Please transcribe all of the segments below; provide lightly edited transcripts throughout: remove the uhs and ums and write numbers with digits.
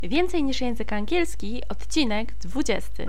Więcej niż język angielski, odcinek 20.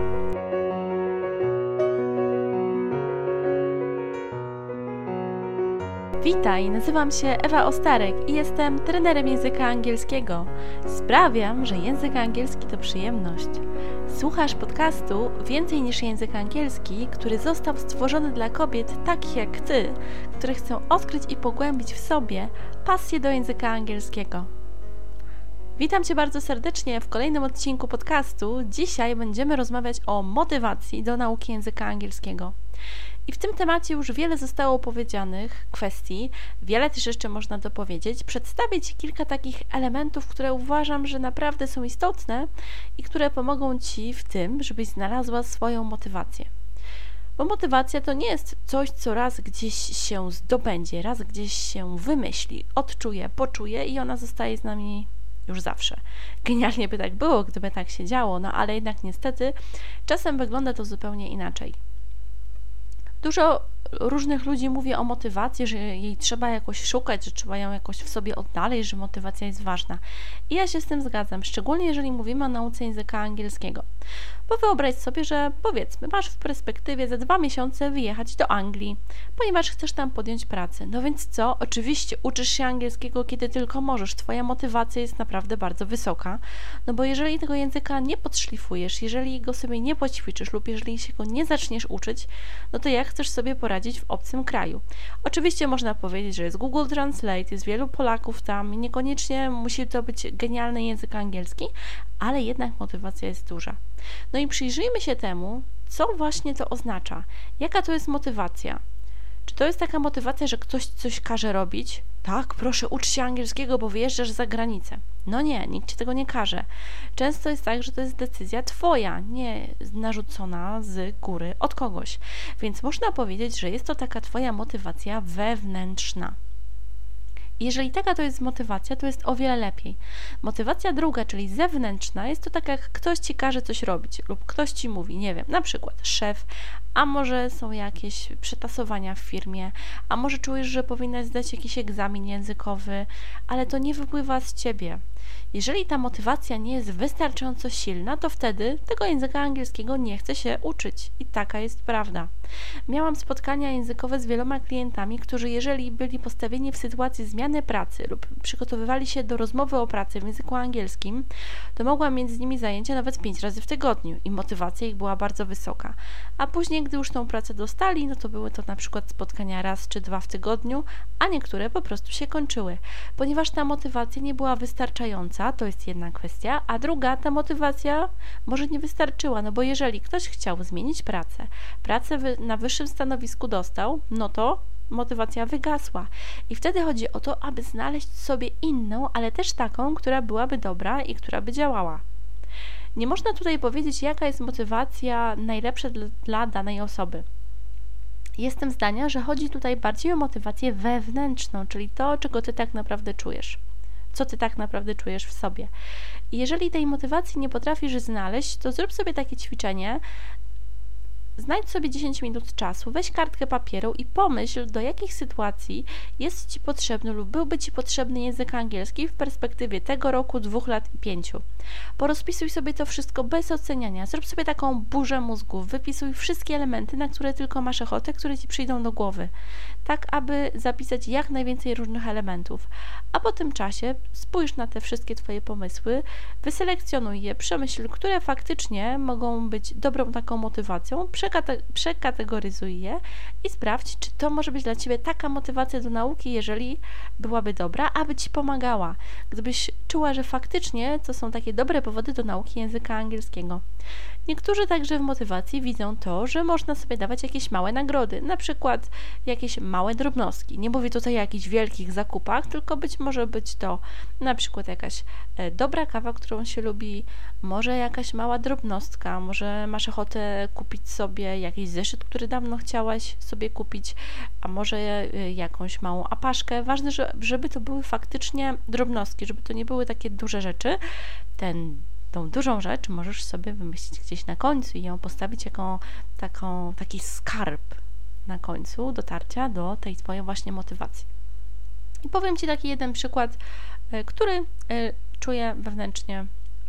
Witaj, nazywam się Ewa Ostarek i jestem trenerem języka angielskiego. Sprawiam, że język angielski to przyjemność. Słuchasz podcastu Więcej niż język angielski, który został stworzony dla kobiet takich jak Ty, które chcą odkryć i pogłębić w sobie pasję do języka angielskiego. Witam Cię bardzo serdecznie w kolejnym odcinku podcastu. Dzisiaj będziemy rozmawiać o motywacji do nauki języka angielskiego. I w tym temacie już wiele zostało powiedzianych kwestii, wiele też jeszcze można dopowiedzieć. Przedstawię Ci kilka takich elementów, które uważam, że naprawdę są istotne i które pomogą Ci w tym, żebyś znalazła swoją motywację. Bo motywacja to nie jest coś, co raz gdzieś się zdobędzie, raz gdzieś się wymyśli, odczuje, poczuje i ona zostaje z nami już zawsze. Genialnie by tak było, gdyby tak się działo, no ale jednak niestety czasem wygląda to zupełnie inaczej. Dużo różnych ludzi mówi o motywacji, że jej trzeba jakoś szukać, że trzeba ją jakoś w sobie odnaleźć, że motywacja jest ważna. I ja się z tym zgadzam, szczególnie jeżeli mówimy o nauce języka angielskiego. Bo wyobraź sobie, że powiedzmy, masz w perspektywie za 2 miesiące wyjechać do Anglii, ponieważ chcesz tam podjąć pracę. No więc co? Oczywiście uczysz się angielskiego, kiedy tylko możesz. Twoja motywacja jest naprawdę bardzo wysoka, no bo jeżeli tego języka nie podszlifujesz, jeżeli go sobie nie poćwiczysz lub jeżeli się go nie zaczniesz uczyć, no to jak chcesz sobie poradzić w obcym kraju? Oczywiście można powiedzieć, że jest Google Translate, jest wielu Polaków tam i niekoniecznie musi to być genialny język angielski, ale jednak motywacja jest duża. No i przyjrzyjmy się temu, co właśnie to oznacza. Jaka to jest motywacja? Czy to jest taka motywacja, że ktoś coś każe robić? Tak, proszę, ucz się angielskiego, bo wyjeżdżasz za granicę. No nie, nikt ci tego nie każe. Często jest tak, że to jest decyzja twoja, nie narzucona z góry od kogoś. Więc można powiedzieć, że jest to taka twoja motywacja wewnętrzna. Jeżeli taka to jest motywacja, to jest o wiele lepiej. Motywacja druga, czyli zewnętrzna, jest to tak, jak ktoś ci każe coś robić lub ktoś ci mówi, nie wiem, na przykład szef, a może są jakieś przetasowania w firmie, a może czujesz, że powinnaś zdać jakiś egzamin językowy, ale to nie wypływa z ciebie. Jeżeli ta motywacja nie jest wystarczająco silna, to wtedy tego języka angielskiego nie chce się uczyć i taka jest prawda. Miałam spotkania językowe z wieloma klientami, którzy jeżeli byli postawieni w sytuacji zmiany pracy lub przygotowywali się do rozmowy o pracy w języku angielskim, to mogłam mieć z nimi zajęcia nawet 5 razy w tygodniu i motywacja ich była bardzo wysoka. A później, gdy już tą pracę dostali, no to były to na przykład spotkania raz czy 2 w tygodniu, a niektóre po prostu się kończyły, ponieważ ta motywacja nie była wystarczająca, to jest jedna kwestia, a druga, ta motywacja może nie wystarczyła, no bo jeżeli ktoś chciał zmienić pracę na wyższym stanowisku dostał, no to motywacja wygasła. I wtedy chodzi o to, aby znaleźć sobie inną, ale też taką, która byłaby dobra i która by działała. Nie można tutaj powiedzieć, jaka jest motywacja najlepsza dla danej osoby. Jestem zdania, że chodzi tutaj bardziej o motywację wewnętrzną, czyli to, czego ty tak naprawdę czujesz. Co ty tak naprawdę czujesz w sobie. I jeżeli tej motywacji nie potrafisz znaleźć, to zrób sobie takie ćwiczenie. Znajdź sobie 10 minut czasu, weź kartkę papieru i pomyśl, do jakich sytuacji jest Ci potrzebny lub byłby Ci potrzebny język angielski w perspektywie tego roku, 2 lat i 5. Porozpisuj sobie to wszystko bez oceniania, zrób sobie taką burzę mózgu, wypisuj wszystkie elementy, na które tylko masz ochotę, które Ci przyjdą do głowy, tak aby zapisać jak najwięcej różnych elementów. A po tym czasie spójrz na te wszystkie Twoje pomysły, wyselekcjonuj je, przemyśl, które faktycznie mogą być dobrą taką motywacją, przekategoryzuj je i sprawdź, czy to może być dla Ciebie taka motywacja do nauki, jeżeli byłaby dobra, aby Ci pomagała. Gdybyś czuła, że faktycznie to są takie dobre powody do nauki języka angielskiego. Niektórzy także w motywacji widzą to, że można sobie dawać jakieś małe nagrody, na przykład jakieś małe drobnostki. Nie mówię tutaj o jakichś wielkich zakupach, tylko może być to na przykład jakaś dobra kawa, którą się lubi, może jakaś mała drobnostka, może masz ochotę kupić sobie jakiś zeszyt, który dawno chciałaś sobie kupić, a może jakąś małą apaszkę. Ważne, żeby to były faktycznie drobnostki, żeby to nie były takie duże rzeczy. Tą dużą rzecz możesz sobie wymyślić gdzieś na końcu i ją postawić jako taki skarb na końcu dotarcia do tej twojej właśnie motywacji. I powiem Ci taki jeden przykład, który czuję wewnętrznie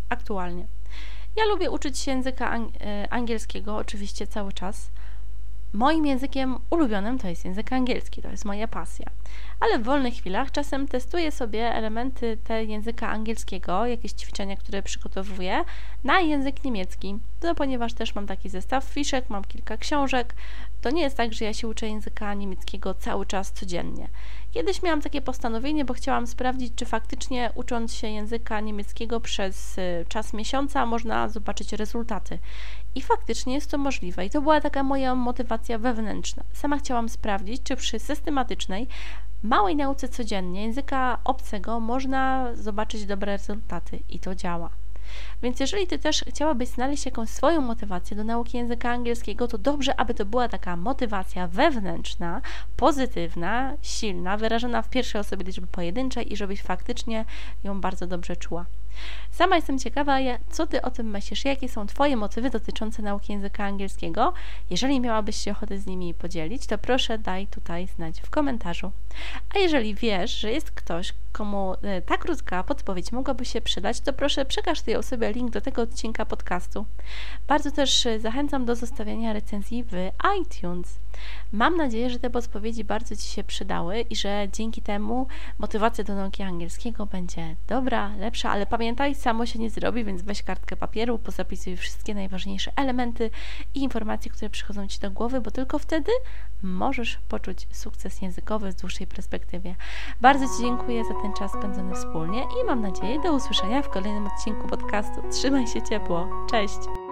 aktualnie. Ja lubię uczyć się języka angielskiego, oczywiście cały czas. Moim językiem ulubionym to jest język angielski, to jest moja pasja. Ale w wolnych chwilach czasem testuję sobie elementy języka angielskiego, jakieś ćwiczenia, które przygotowuję, na język niemiecki. To ponieważ też mam taki zestaw fiszek, mam kilka książek. To nie jest tak, że ja się uczę języka niemieckiego cały czas codziennie. Kiedyś miałam takie postanowienie, bo chciałam sprawdzić, czy faktycznie ucząc się języka niemieckiego przez czas miesiąca można zobaczyć rezultaty. I faktycznie jest to możliwe. I to była taka moja motywacja wewnętrzna. Sama chciałam sprawdzić, czy przy systematycznej, małej nauce codziennie języka obcego można zobaczyć dobre rezultaty. I to działa. Więc jeżeli Ty też chciałabyś znaleźć jakąś swoją motywację do nauki języka angielskiego, to dobrze, aby to była taka motywacja wewnętrzna, pozytywna, silna, wyrażona w pierwszej osobie liczby pojedynczej i żebyś faktycznie ją bardzo dobrze czuła. Sama jestem ciekawa, co Ty o tym myślisz, jakie są Twoje motywy dotyczące nauki języka angielskiego. Jeżeli miałabyś się ochotę z nimi podzielić, to proszę daj tutaj znać w komentarzu. A jeżeli wiesz, że jest ktoś, komu ta krótka podpowiedź mogłaby się przydać, to proszę przekaż tej osobie link do tego odcinka podcastu. Bardzo też zachęcam do zostawiania recenzji w iTunes. Mam nadzieję, że te podpowiedzi bardzo Ci się przydały i że dzięki temu motywacja do nauki angielskiego będzie dobra, lepsza, ale pamiętaj, samo się nie zrobi, więc weź kartkę papieru, pozapisuj wszystkie najważniejsze elementy i informacje, które przychodzą Ci do głowy, bo tylko wtedy możesz poczuć sukces językowy w dłuższej perspektywie. Bardzo Ci dziękuję za ten czas spędzony wspólnie i mam nadzieję do usłyszenia w kolejnym odcinku podcastu. Trzymaj się ciepło. Cześć!